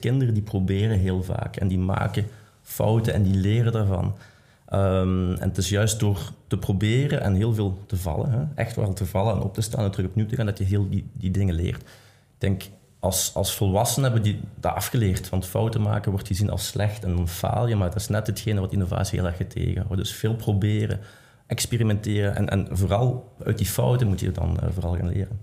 Kinderen die proberen heel vaak en die maken fouten en die leren daarvan. En het is juist door te proberen en heel veel te vallen, hè, echt wel te vallen en op te staan en terug opnieuw te gaan, dat je heel die dingen leert. Ik denk, als volwassenen hebben die dat afgeleerd, want fouten maken wordt gezien als slecht en dan faal je, maar dat is net hetgene wat innovatie heel erg tegenhoudt. Dus veel proberen, experimenteren en vooral uit die fouten moet je dan vooral gaan leren.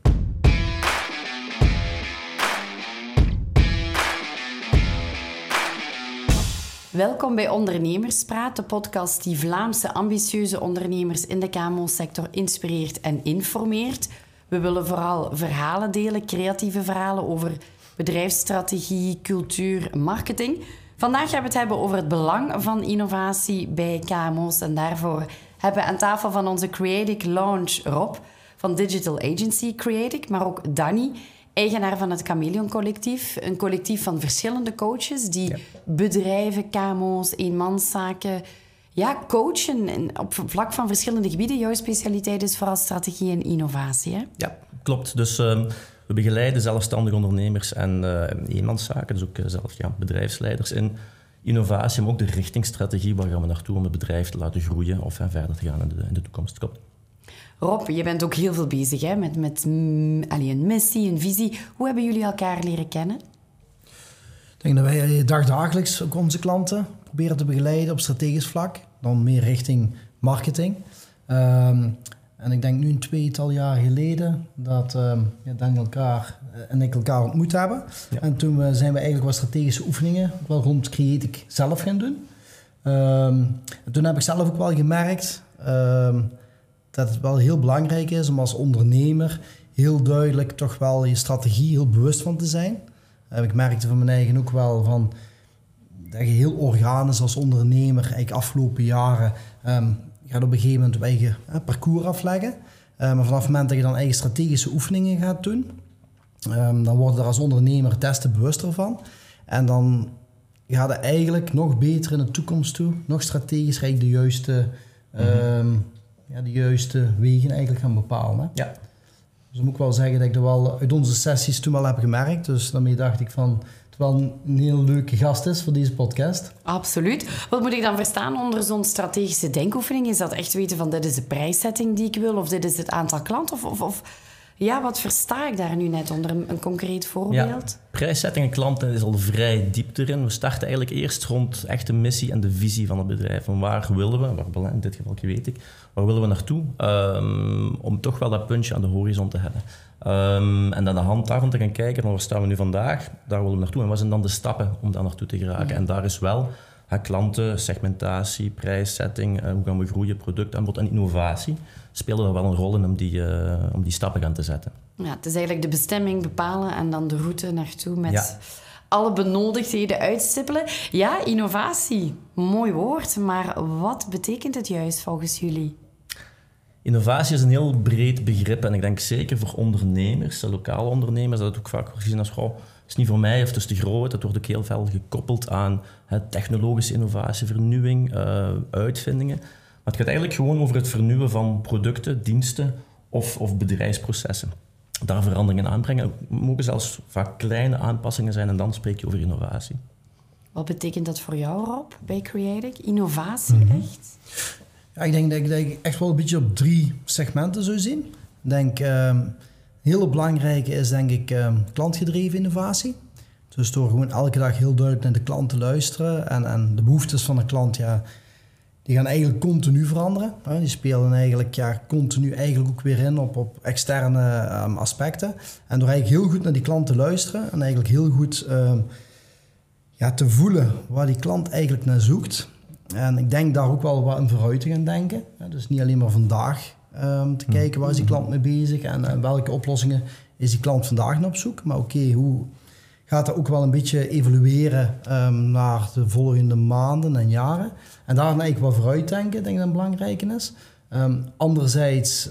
Welkom bij Ondernemerspraat, de podcast die Vlaamse ambitieuze ondernemers in de KMO-sector inspireert en informeert. We willen vooral verhalen delen, creatieve verhalen over bedrijfsstrategie, cultuur, marketing. Vandaag gaan we het hebben over het belang van innovatie bij KMO's. En daarvoor hebben we aan tafel van onze Creatic Launch Rob van Digital Agency Creatic, maar ook Danny, eigenaar van het Chameleon Collectief. Een collectief van verschillende coaches die bedrijven, KMO's, eenmanszaken coachen op vlak van verschillende gebieden. Jouw specialiteit is vooral strategie en innovatie, hè? Ja, klopt. Dus we begeleiden zelfstandige ondernemers en eenmanszaken, dus ook zelf bedrijfsleiders in innovatie, maar ook de richtingstrategie, waar gaan we naartoe om het bedrijf te laten groeien of verder te gaan in de toekomst. Klopt. Rob, je bent ook heel veel bezig hè? met een missie, een visie. Hoe hebben jullie elkaar leren kennen? Ik denk dat wij dagelijks ook onze klanten proberen te begeleiden op strategisch vlak. Dan meer richting marketing. En ik denk nu een 2-tal jaar geleden dat Daniel en ik elkaar ontmoet hebben. Ja. En toen zijn we eigenlijk wat strategische oefeningen wel rond Creatic zelf gaan doen. Toen heb ik zelf ook wel gemerkt dat het wel heel belangrijk is om als ondernemer heel duidelijk toch wel je strategie heel bewust van te zijn. Ik merkte van mijn eigen ook wel van dat je heel organisch als ondernemer eigenlijk afgelopen jaren gaat op een gegeven moment je eigen parcours afleggen. Maar vanaf het moment dat je dan eigen strategische oefeningen gaat doen, dan word je er als ondernemer des te bewuster van. En dan gaat het eigenlijk nog beter in de toekomst toe, nog strategisch de juiste wegen eigenlijk gaan bepalen. Hè? Ja. Dus ik moet wel zeggen dat ik dat wel uit onze sessies toen wel heb gemerkt. Dus daarmee dacht ik van het wel een heel leuke gast is voor deze podcast. Absoluut. Wat moet ik dan verstaan onder zo'n strategische denkoefening? Is dat echt weten van dit is de prijssetting die ik wil of dit is het aantal klanten? Of wat versta ik daar nu net onder een concreet voorbeeld? Ja, prijssetting en klanten is al vrij diep erin. We starten eigenlijk eerst rond echt de missie en de visie van het bedrijf. Van waar willen we, in dit geval weet ik, waar willen we naartoe? Om toch wel dat puntje aan de horizon te hebben. En dan de hand daarvan te gaan kijken van waar staan we nu vandaag, daar willen we naartoe. En wat zijn dan de stappen om daar naartoe te geraken? Ja. En daar is wel klanten, segmentatie, prijssetting, hoe gaan we groeien, productaanbod en innovatie spelen er wel een rol in om die stappen gaan te zetten. Ja, het is eigenlijk de bestemming bepalen en dan de route naartoe met alle benodigdheden uitstippelen. Ja, innovatie, mooi woord, maar wat betekent het juist volgens jullie? Innovatie is een heel breed begrip en ik denk zeker voor ondernemers, lokale ondernemers, dat het ook vaak wordt gezien als het is niet voor mij of het is te groot. Dat wordt ook heel veel gekoppeld aan technologische innovatie, vernieuwing, uitvindingen. Maar het gaat eigenlijk gewoon over het vernieuwen van producten, diensten of bedrijfsprocessen. Daar veranderingen aanbrengen. Het mogen zelfs vaak kleine aanpassingen zijn en dan spreek je over innovatie. Wat betekent dat voor jou, Rob, bij Creatic? Innovatie, echt? Ja, ik denk dat ik echt wel een beetje op 3 segmenten zou zien. Ik denk, een hele belangrijke is denk ik klantgedreven innovatie. Dus door gewoon elke dag heel duidelijk naar de klant te luisteren en de behoeftes van de klant, die gaan eigenlijk continu veranderen. Die spelen eigenlijk continu eigenlijk ook weer in op externe aspecten. En door eigenlijk heel goed naar die klant te luisteren en eigenlijk heel goed te voelen waar die klant eigenlijk naar zoekt. En ik denk daar ook wel wat in vooruit te gaan denken. Dus niet alleen maar vandaag te kijken waar is die klant mee bezig en welke oplossingen is die klant vandaag op zoek. Maar hoe gaat dat ook wel een beetje evolueren naar de volgende maanden en jaren. En daar eigenlijk wat vooruit denken, denk ik dat belangrijk is. Anderzijds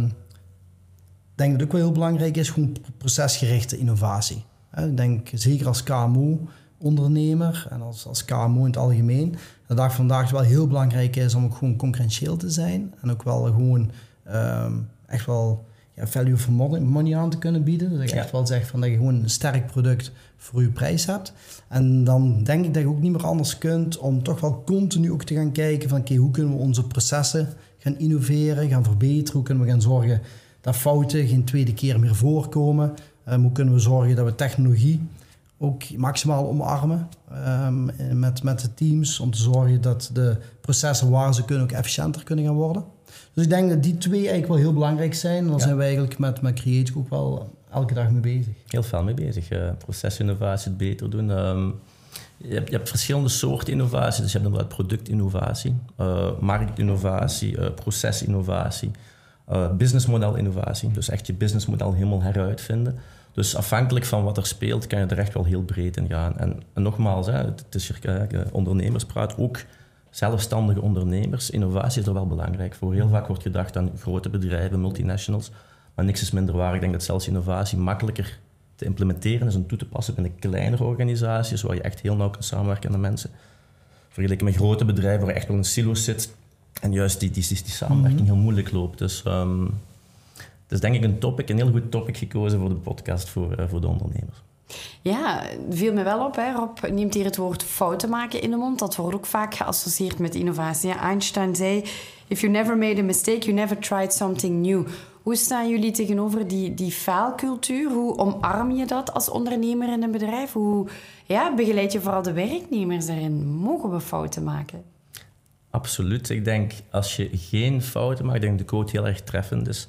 denk ik dat het ook wel heel belangrijk is, gewoon procesgerichte innovatie. Ik denk zeker als KMO-ondernemer en als KMO in het algemeen, dat dag vandaag wel heel belangrijk is om ook gewoon concurrentieel te zijn. En ook wel gewoon echt wel value for money aan te kunnen bieden. Dus dat je echt wel zegt van dat je gewoon een sterk product voor je prijs hebt. En dan denk ik dat je ook niet meer anders kunt om toch wel continu ook te gaan kijken van oké, hoe kunnen we onze processen gaan innoveren, gaan verbeteren? Hoe kunnen we gaan zorgen dat fouten geen tweede keer meer voorkomen? Hoe kunnen we zorgen dat we technologie ook maximaal omarmen met de teams om te zorgen dat de processen waar ze kunnen ook efficiënter kunnen gaan worden. Dus ik denk dat die twee eigenlijk wel heel belangrijk zijn. En daar zijn wij eigenlijk met Create ook wel elke dag mee bezig. Heel veel mee bezig. Procesinnovatie, het beter doen. Je hebt verschillende soorten innovatie. Dus je hebt inderdaad productinnovatie, marktinnovatie, procesinnovatie, businessmodelinnovatie. Dus echt je businessmodel helemaal heruitvinden. Dus afhankelijk van wat er speelt, kan je er echt wel heel breed in gaan. En nogmaals, het is hier ondernemerspraat, ook zelfstandige ondernemers. Innovatie is er wel belangrijk voor. Heel vaak wordt gedacht aan grote bedrijven, multinationals, maar niks is minder waar. Ik denk dat zelfs innovatie makkelijker te implementeren is en toe te passen binnen kleinere organisaties, waar je echt heel nauw kan samenwerken met mensen. Vergeleken met grote bedrijven waar je echt wel in silo's zit en juist die samenwerking heel moeilijk loopt. Dus het is denk ik een heel goed topic gekozen voor de podcast voor de ondernemers. Ja, viel me wel op. Hè. Rob neemt hier het woord fouten maken in de mond. Dat wordt ook vaak geassocieerd met innovatie. Ja, Einstein zei, if you never made a mistake, you never tried something new. Hoe staan jullie tegenover die faalcultuur? Hoe omarm je dat als ondernemer in een bedrijf? Hoe begeleid je vooral de werknemers daarin? Mogen we fouten maken? Absoluut. Ik denk, als je geen fouten maakt, denk ik de quote heel erg treffend is.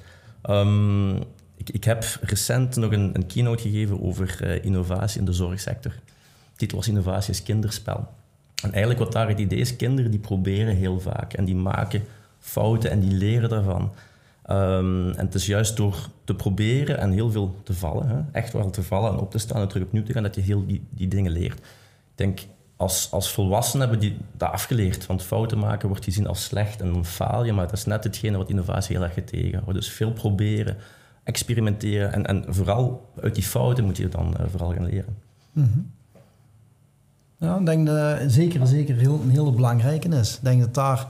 Ik heb recent nog een keynote gegeven over innovatie in de zorgsector. De titel was Innovatie is kinderspel. En eigenlijk wat daar het idee is, kinderen die proberen heel vaak en die maken fouten en die leren daarvan. En het is juist door te proberen en heel veel te vallen, echt wel te vallen en op te staan en terug opnieuw te gaan, dat je heel die dingen leert. Ik denk, als volwassenen hebben die dat afgeleerd, want fouten maken wordt gezien als slecht en dan faal je, maar dat is net hetgene wat innovatie heel erg tegenhoudt. Dus veel proberen, experimenteren en vooral uit die fouten moet je dan vooral gaan leren. Mm-hmm. Ja, ik denk dat zeker een hele belangrijke is. Ik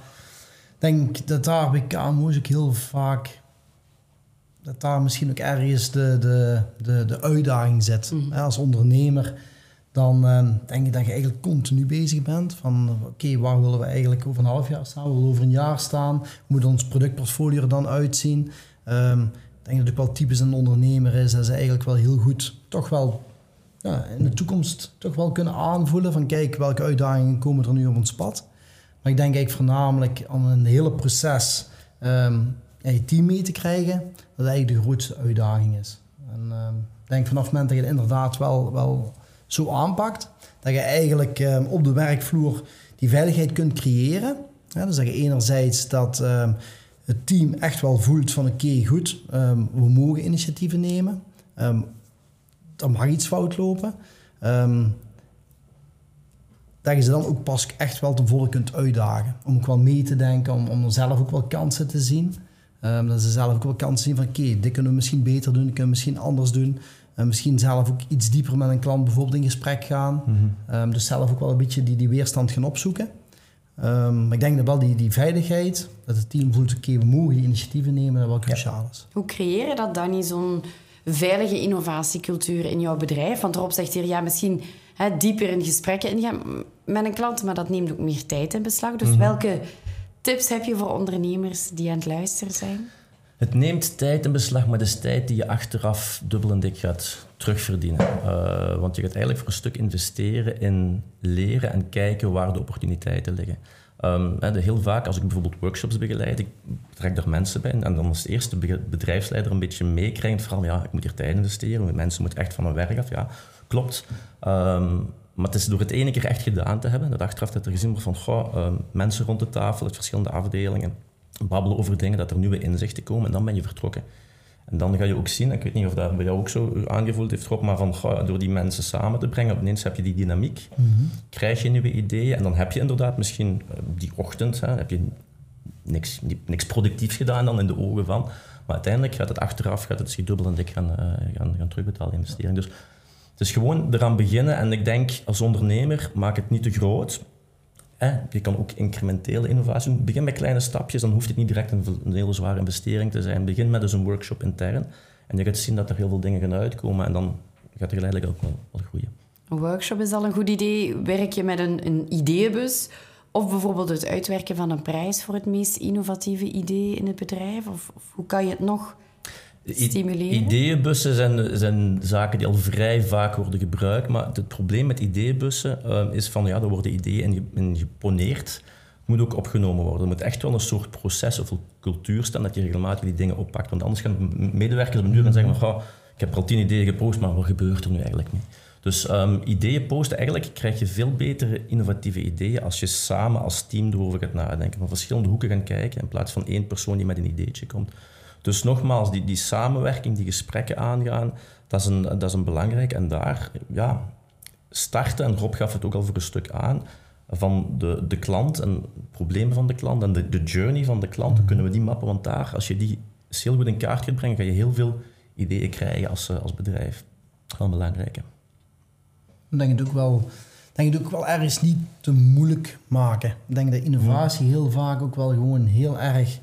denk dat daar bij KMO's ook heel vaak, dat daar misschien ook ergens de uitdaging zit. Mm. Als ondernemer, dan denk ik dat je eigenlijk continu bezig bent van oké, waar willen we eigenlijk over een half jaar staan? We willen over een jaar staan. Hoe moet ons productportfolio er dan uitzien? Ik denk dat het ook wel typisch een ondernemer is dat ze eigenlijk wel heel goed toch wel in de toekomst toch wel kunnen aanvoelen van kijk, welke uitdagingen komen er nu op ons pad. Maar ik denk eigenlijk voornamelijk om een hele proces je team mee te krijgen, dat eigenlijk de grootste uitdaging is. En ik denk vanaf het moment dat je het inderdaad wel zo aanpakt, dat je eigenlijk op de werkvloer die veiligheid kunt creëren. Ja, dus dat je enerzijds dat het team echt wel voelt van oké, goed, we mogen initiatieven nemen. Er mag iets fout lopen. Dat je ze dan ook pas echt wel ten volle kunt uitdagen. Om ook wel mee te denken, om er zelf ook wel kansen te zien. Dat ze zelf ook wel kansen zien van oké, dit kunnen we misschien beter doen, dit kunnen we misschien anders doen. Misschien zelf ook iets dieper met een klant bijvoorbeeld in gesprek gaan. Mm-hmm. Dus zelf ook wel een beetje die weerstand gaan opzoeken. Maar ik denk dat wel die veiligheid, dat het team voelt oké, we mogen die initiatieven nemen, dat wel cruciaal is. Hoe creëer je dat dan niet zo'n veilige innovatiecultuur in jouw bedrijf? Want Rob zegt hier, misschien dieper in gesprekken ingaan met een klant, maar dat neemt ook meer tijd in beslag. Dus welke tips heb je voor ondernemers die aan het luisteren zijn? Het neemt tijd in beslag, maar het is tijd die je achteraf dubbel en dik gaat terugverdienen. Want je gaat eigenlijk voor een stuk investeren in leren en kijken waar de opportuniteiten liggen. Heel vaak, als ik bijvoorbeeld workshops begeleid, ik trek daar mensen bij en dan als de eerste bedrijfsleider een beetje meekrijgt, vooral ik moet hier tijd investeren, mensen moeten echt van hun werk af, ja, klopt. Maar het is door het ene keer echt gedaan te hebben, dat achteraf dat er gezien wordt van mensen rond de tafel uit verschillende afdelingen, babbelen over dingen, dat er nieuwe inzichten komen en dan ben je vertrokken. En dan ga je ook zien, ik weet niet of dat bij jou ook zo aangevoeld heeft, Rob, maar door die mensen samen te brengen, opeens heb je die dynamiek, krijg je nieuwe ideeën en dan heb je inderdaad misschien die ochtend, heb je niks productiefs gedaan dan in de ogen van, maar uiteindelijk gaat het achteraf zich dubbel en dik gaan terugbetalen investering. Dus het is gewoon eraan beginnen en ik denk als ondernemer, maak het niet te groot. je kan ook incrementele innovatie doen. Begin met kleine stapjes, dan hoeft het niet direct een hele zware investering te zijn. Begin met dus een workshop intern en je gaat zien dat er heel veel dingen gaan uitkomen en dan gaat er geleidelijk ook wel groeien. Een workshop is al een goed idee. Werk je met een ideeënbus of bijvoorbeeld het uitwerken van een prijs voor het meest innovatieve idee in het bedrijf? Of hoe kan je het nog stimuleren? Ideeënbussen zijn zaken die al vrij vaak worden gebruikt, maar het probleem met ideeënbussen is van, er worden ideeën in geponeerd. Het moet ook opgenomen worden. Er moet echt wel een soort proces of cultuur staan dat je regelmatig die dingen oppakt. Want anders gaan medewerkers op een duur gaan zeggen van, ik heb er al 10 ideeën gepost, maar wat gebeurt er nu eigenlijk mee? Dus ideeën posten, eigenlijk krijg je veel betere innovatieve ideeën als je samen als team erover gaat nadenken. Van verschillende hoeken gaan kijken in plaats van één persoon die met een ideetje komt. Dus nogmaals, die samenwerking, die gesprekken aangaan, dat is een belangrijk. En daar starten, en Rob gaf het ook al voor een stuk aan, van de klant en problemen van de klant en de journey van de klant, dan kunnen we die mappen. Want daar, als je die heel goed in kaart gaat brengen, ga je heel veel ideeën krijgen als bedrijf. Wel belangrijk. Ik denk het ook wel ergens niet te moeilijk maken. Ik denk dat innovatie heel vaak ook wel gewoon heel erg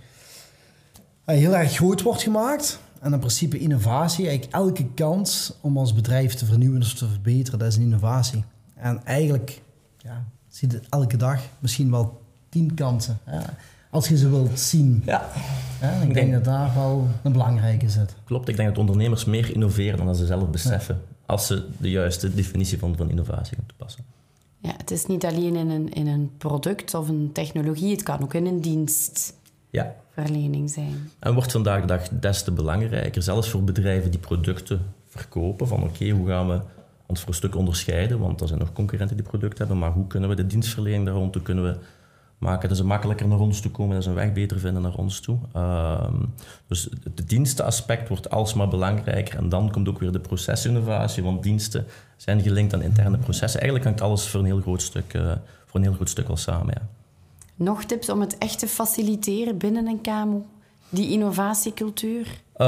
groot wordt gemaakt. En in principe innovatie, eigenlijk elke kans om ons bedrijf te vernieuwen of te verbeteren, dat is een innovatie. En eigenlijk zie je elke dag misschien wel 10 kansen. Als je ze wilt zien. Ja. Ik denk dat daar wel een belangrijke zit. Klopt, ik denk dat ondernemers meer innoveren dan ze zelf beseffen. Ja. Als ze de juiste definitie van innovatie gaan toepassen. Ja, het is niet alleen in een product of een technologie, het kan ook in een dienstverlening zijn. En wordt vandaag de dag des te belangrijker, zelfs voor bedrijven die producten verkopen, van hoe gaan we ons voor een stuk onderscheiden, want er zijn nog concurrenten die producten hebben, maar hoe kunnen we de dienstverlening daar rond toe kunnen we maken dat ze makkelijker naar ons toe komen, dat ze een weg beter vinden naar ons toe. Dus het dienstenaspect wordt alsmaar belangrijker en dan komt ook weer de procesinnovatie, want diensten zijn gelinkt aan interne processen. Eigenlijk hangt alles voor een heel groot stuk wel samen. Ja. Nog tips om het echt te faciliteren binnen een KMO, die innovatiecultuur?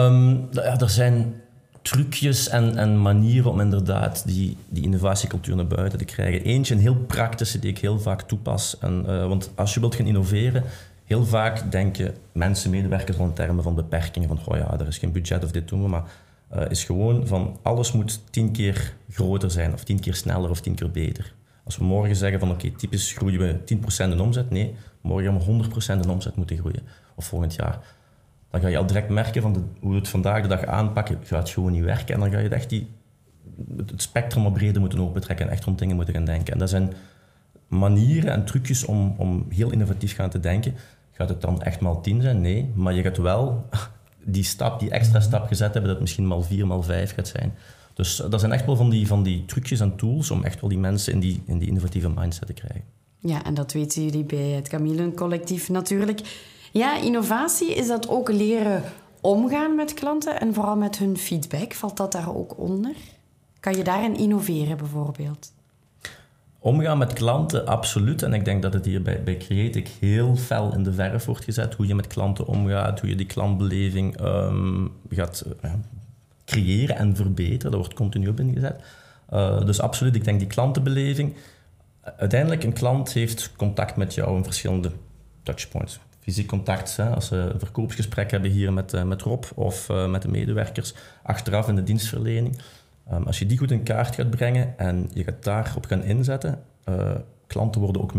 Er zijn trucjes en manieren om inderdaad die innovatiecultuur naar buiten te krijgen. Eentje, een heel praktische die ik heel vaak toepas. Want als je wilt gaan innoveren, heel vaak denken mensen, medewerkers al in termen van beperkingen. Van, er is geen budget of dit doen we. Maar is gewoon van, alles moet 10 keer groter zijn. Of 10 keer sneller of 10 keer beter. Als we morgen zeggen van, typisch groeien we 10% in omzet. Nee, morgen gaan we 100% in omzet moeten groeien. Of volgend jaar. Dan ga je al direct merken van hoe we het vandaag de dag aanpakken, gaat gewoon niet werken. En dan ga je echt het spectrum wat breder moeten opentrekken en echt rond dingen moeten gaan denken. En dat zijn manieren en trucjes om heel innovatief gaan te denken. Gaat het dan echt maal 10 zijn? Nee. Maar je gaat wel die extra stap gezet hebben, dat het misschien maal 4, maal 5 gaat zijn. Dus dat zijn echt wel van die trucjes en tools om echt wel die mensen in die innovatieve mindset te krijgen. Ja, en dat weten jullie bij het Chameleon Collectief natuurlijk. Ja, innovatie, is dat ook leren omgaan met klanten en vooral met hun feedback? Valt dat daar ook onder? Kan je daarin innoveren bijvoorbeeld? Omgaan met klanten, absoluut. En ik denk dat het hier bij Creatic heel fel in de verf wordt gezet. Hoe je met klanten omgaat, hoe je die klantbeleving gaat creëren en verbeteren. Dat wordt continu op ingezet. Dus absoluut, ik denk die klantenbeleving. Uiteindelijk, een klant heeft contact met jou in verschillende touchpoints. Fysiek contact, als ze een verkoopsgesprek hebben hier met Rob of met de medewerkers, achteraf in de dienstverlening. Als je die goed in kaart gaat brengen en je gaat daarop gaan inzetten, klanten worden ook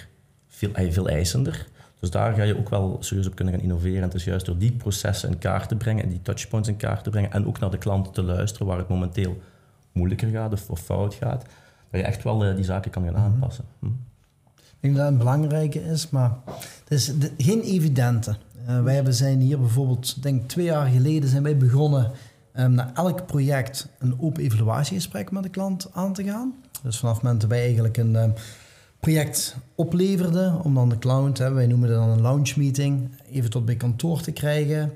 veel eisender. Dus daar ga je ook wel serieus op kunnen gaan innoveren. En het is juist door die processen in kaart te brengen en die touchpoints in kaart te brengen en ook naar de klanten te luisteren waar het momenteel moeilijker gaat of fout gaat, dat je echt wel die zaken kan gaan aanpassen. Ik denk dat het een belangrijke is, maar het is geen evidente. Wij zijn hier bijvoorbeeld, denk 2 jaar geleden zijn wij begonnen na elk project een open evaluatiegesprek met de klant aan te gaan. Dus vanaf het moment dat wij eigenlijk een project opleverden, om dan de klant, wij noemen dat dan een launch meeting, even tot bij kantoor te krijgen.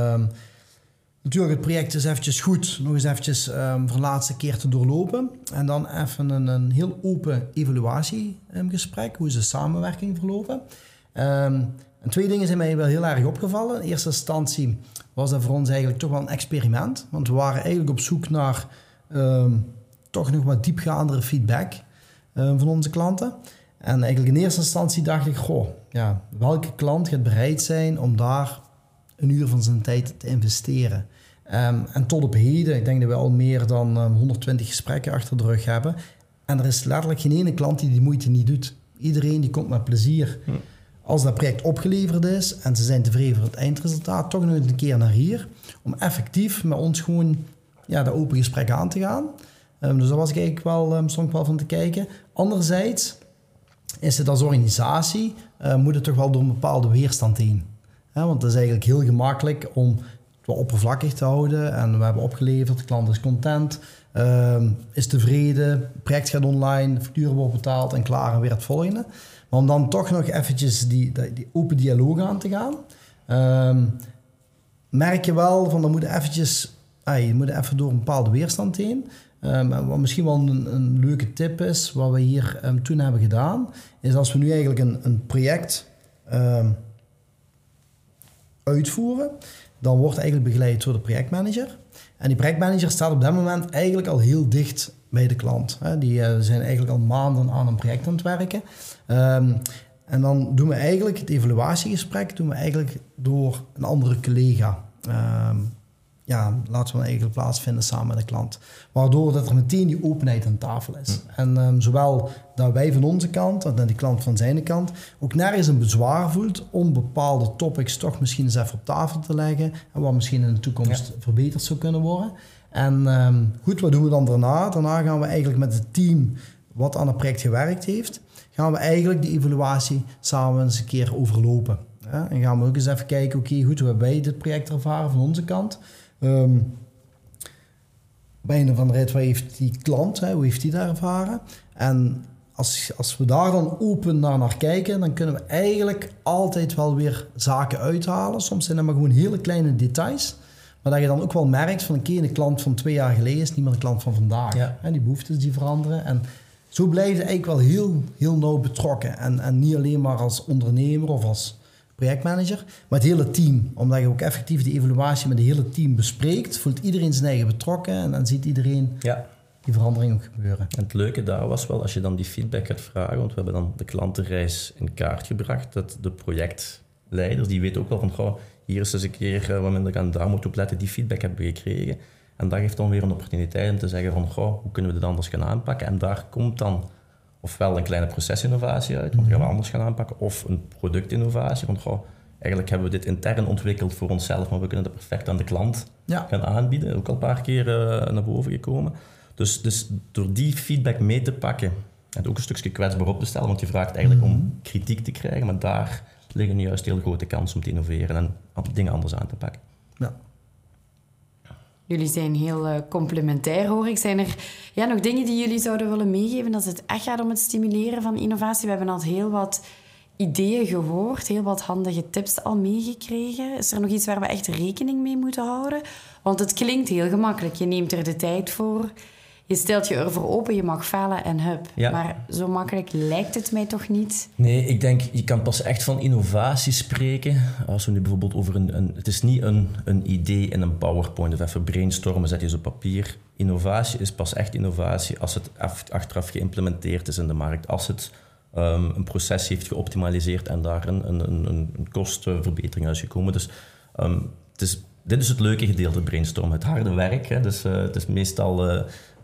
Natuurlijk, het project is eventjes goed, nog eens eventjes voor de laatste keer te doorlopen. En dan even een heel open evaluatiegesprek, hoe is de samenwerking verlopen. En 2 dingen zijn mij wel heel erg opgevallen. In eerste instantie was dat voor ons eigenlijk toch wel een experiment. Want we waren eigenlijk op zoek naar toch nog wat diepgaandere feedback van onze klanten. En eigenlijk in eerste instantie dacht ik, welke klant gaat bereid zijn om daar een uur van zijn tijd te investeren? En tot op heden, ik denk dat we al meer dan 120 gesprekken achter de rug hebben. En er is letterlijk geen ene klant die moeite niet doet. Iedereen die komt met plezier. Als dat project opgeleverd is en ze zijn tevreden voor het eindresultaat, toch nog een keer naar hier. Om effectief met ons gewoon dat open gesprek aan te gaan. Dus daar was ik eigenlijk stond ik wel van te kijken. Anderzijds is het als organisatie, moet het toch wel door een bepaalde weerstand heen. Want het is eigenlijk heel gemakkelijk om het wel oppervlakkig te houden. En we hebben opgeleverd, de klant is content, is tevreden, het project gaat online, de facturen worden betaald en klaar en weer het volgende. Maar om dan toch nog eventjes die open dialoog aan te gaan, merk je wel van, dan moet je moet even door een bepaalde weerstand heen. Wat misschien wel een leuke tip is, wat we hier toen hebben gedaan, is als we nu eigenlijk een project uitvoeren, dan wordt eigenlijk begeleid door de projectmanager. En die projectmanager staat op dat moment eigenlijk al heel dicht bij de klant. Die zijn eigenlijk al maanden aan een project aan het werken. En dan doen we eigenlijk het evaluatiegesprek door een andere collega. Laten we eigenlijk plaatsvinden samen met de klant. Waardoor dat er meteen die openheid aan tafel is. En zowel dat wij van onze kant en die klant van zijn kant ook nergens een bezwaar voelt om bepaalde topics toch misschien eens even op tafel te leggen en wat misschien in de toekomst verbeterd zou kunnen worden. En goed, wat doen we dan daarna? Daarna gaan we eigenlijk met het team wat aan het project gewerkt heeft, gaan we eigenlijk die evaluatie samen eens een keer overlopen. En gaan we ook eens even kijken, oké, goed, hoe hebben wij dit project ervaren van onze kant? Bij een of andere reden, wat heeft die klant, hoe heeft die daar ervaren? En als we daar dan open naar kijken, dan kunnen we eigenlijk altijd wel weer zaken uithalen. Soms zijn dat maar gewoon hele kleine details. Maar dat je dan ook wel merkt van een klant van 2 jaar geleden is niet meer de klant van vandaag. Ja. Die behoeftes die veranderen. En zo blijf je eigenlijk wel heel, heel nauw betrokken. En niet alleen maar als ondernemer of als projectmanager, maar het hele team. Omdat je ook effectief die evaluatie met het hele team bespreekt, voelt iedereen zijn eigen betrokken en dan ziet iedereen die verandering ook gebeuren. En het leuke daar was wel, als je dan die feedback gaat vragen, want we hebben dan de klantenreis in kaart gebracht, dat de projectleiders, die weten ook wel van, hier is eens een keer wat minder aan daar moeten opletten, die feedback hebben we gekregen. En dat geeft dan weer een opportuniteit om te zeggen van, hoe kunnen we dit anders gaan aanpakken? En daar komt dan ofwel een kleine procesinnovatie uit, want die gaan we anders gaan aanpakken, of een productinnovatie, want eigenlijk hebben we dit intern ontwikkeld voor onszelf, maar we kunnen dat perfect aan de klant gaan aanbieden. Ook al een paar keer naar boven gekomen. Dus door die feedback mee te pakken, en ook een stukje kwetsbaar op te stellen, want je vraagt eigenlijk om kritiek te krijgen, maar daar liggen nu juist heel grote kansen om te innoveren en dingen anders aan te pakken. Ja. Jullie zijn heel complementair, hoor ik. Zijn er nog dingen die jullie zouden willen meegeven als het echt gaat om het stimuleren van innovatie? We hebben al heel wat ideeën gehoord, heel wat handige tips al meegekregen. Is er nog iets waar we echt rekening mee moeten houden? Want het klinkt heel gemakkelijk. Je neemt er de tijd voor, je stelt je ervoor open, je mag falen en hup. Ja. Maar zo makkelijk lijkt het mij toch niet? Nee, ik denk, je kan pas echt van innovatie spreken als we nu bijvoorbeeld over het is niet een idee in een PowerPoint of even brainstormen, zet je eens op papier. Innovatie is pas echt innovatie als het achteraf geïmplementeerd is in de markt. Als het een proces heeft geoptimaliseerd en daar een kostenverbetering uit is gekomen. Dus dit is het leuke gedeelte brainstormen, het harde werk. Hè. Dus het is meestal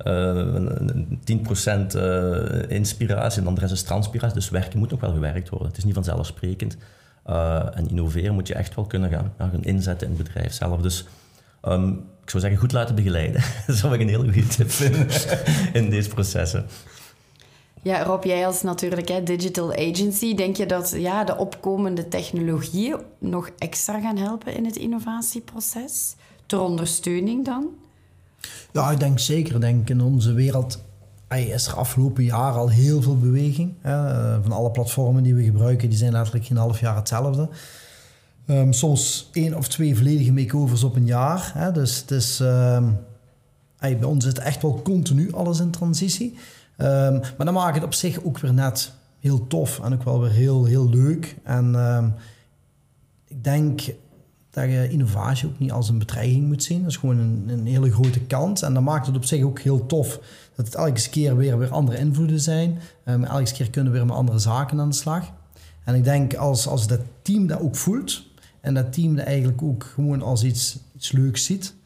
10% inspiratie en dan de rest is transpiratie. Dus werken moet nog wel gewerkt worden. Het is niet vanzelfsprekend. En innoveren moet je echt wel kunnen gaan inzetten in het bedrijf zelf. Dus ik zou zeggen, goed laten begeleiden. Dat zou ik een hele goede tip vinden in deze processen. Ja, Rob, jij als natuurlijk digital agency, denk je dat de opkomende technologieën nog extra gaan helpen in het innovatieproces? Ter ondersteuning dan? Ja, ik denk zeker. Ik denk in onze wereld is er afgelopen jaar al heel veel beweging. Van alle platformen die we gebruiken, die zijn letterlijk geen half jaar hetzelfde. Soms 1 of 2 volledige makeovers op een jaar. Dus het is, bij ons zit echt wel continu alles in transitie. Maar dan maakt het op zich ook weer net heel tof en ook wel weer heel, heel leuk. En ik denk, dat je innovatie ook niet als een bedreiging moet zien. Dat is gewoon een hele grote kans. En dat maakt het op zich ook heel tof dat het elke keer weer andere invloeden zijn. Elke keer kunnen we weer met andere zaken aan de slag. En ik denk als dat team dat ook voelt en dat team dat eigenlijk ook gewoon als iets leuks ziet,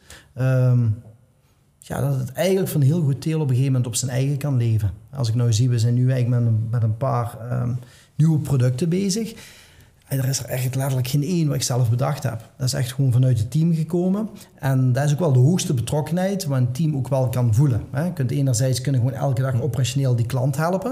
dat het eigenlijk van een heel goed deel op een gegeven moment op zijn eigen kan leven. Als ik nou zie, we zijn nu eigenlijk met een paar nieuwe producten bezig. En er is er echt letterlijk geen één wat ik zelf bedacht heb. Dat is echt gewoon vanuit het team gekomen. En dat is ook wel de hoogste betrokkenheid, wat een team ook wel kan voelen. Je kunt enerzijds gewoon elke dag operationeel die klant helpen.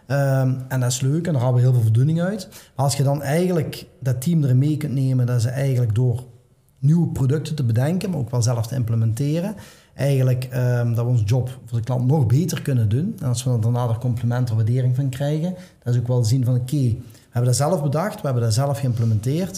En dat is leuk en daar hebben we heel veel voldoening uit. Maar als je dan eigenlijk dat team erin mee kunt nemen, dat ze eigenlijk door nieuwe producten te bedenken, maar ook wel zelf te implementeren, eigenlijk dat we onze job voor de klant nog beter kunnen doen. En als we daarna er compliment of waardering van krijgen, dat is ook wel zien van oké, we hebben dat zelf bedacht, we hebben dat zelf geïmplementeerd.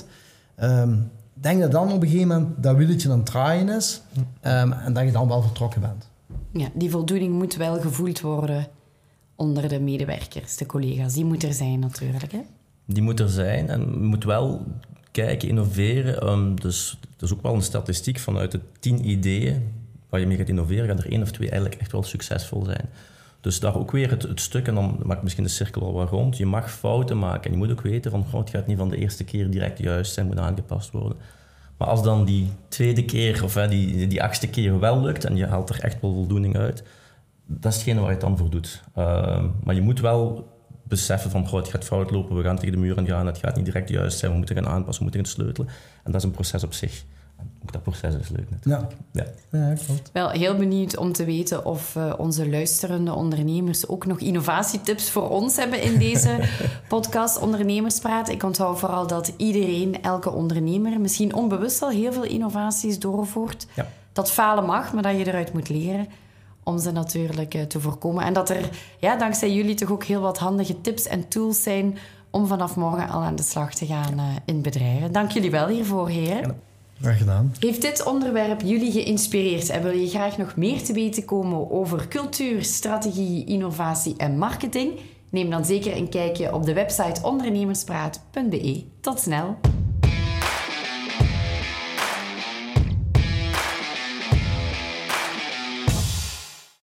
Ik denk dat dan op een gegeven moment dat wieltje aan het draaien is en dat je dan wel vertrokken bent. Ja, die voldoening moet wel gevoeld worden onder de medewerkers, de collega's. Die moet er zijn natuurlijk. Hè? Die moet er zijn en je moet wel kijken, innoveren. Dus er is ook wel een statistiek vanuit de 10 ideeën waar je mee gaat innoveren, gaan er 1 of 2 eigenlijk echt wel succesvol zijn. Dus daar ook weer het stuk, en dan maak ik misschien de cirkel al wat rond. Je mag fouten maken en je moet ook weten van het gaat niet van de eerste keer direct juist zijn, moet aangepast worden. Maar als dan die tweede keer of die 8e keer wel lukt en je haalt er echt wel voldoening uit, dat is hetgene waar je het dan voor doet. Maar je moet wel beseffen van het gaat fout lopen, we gaan tegen de muur aan gaan, het gaat niet direct juist zijn, we moeten gaan aanpassen, we moeten gaan sleutelen. En dat is een proces op zich. Ook dat proces is leuk natuurlijk. Ja, klopt. Wel heel benieuwd om te weten of onze luisterende ondernemers ook nog innovatietips voor ons hebben in deze podcast Ondernemerspraat. Ik onthoud vooral dat iedereen, elke ondernemer, misschien onbewust al heel veel innovaties doorvoert. Ja. Dat falen mag, maar dat je eruit moet leren om ze natuurlijk te voorkomen. En dat er dankzij jullie toch ook heel wat handige tips en tools zijn om vanaf morgen al aan de slag te gaan in bedrijven. Dank jullie wel hiervoor, heren. Ja. Graag gedaan. Heeft dit onderwerp jullie geïnspireerd en wil je graag nog meer te weten komen over cultuur, strategie, innovatie en marketing? Neem dan zeker een kijkje op de website ondernemerspraat.be. Tot snel!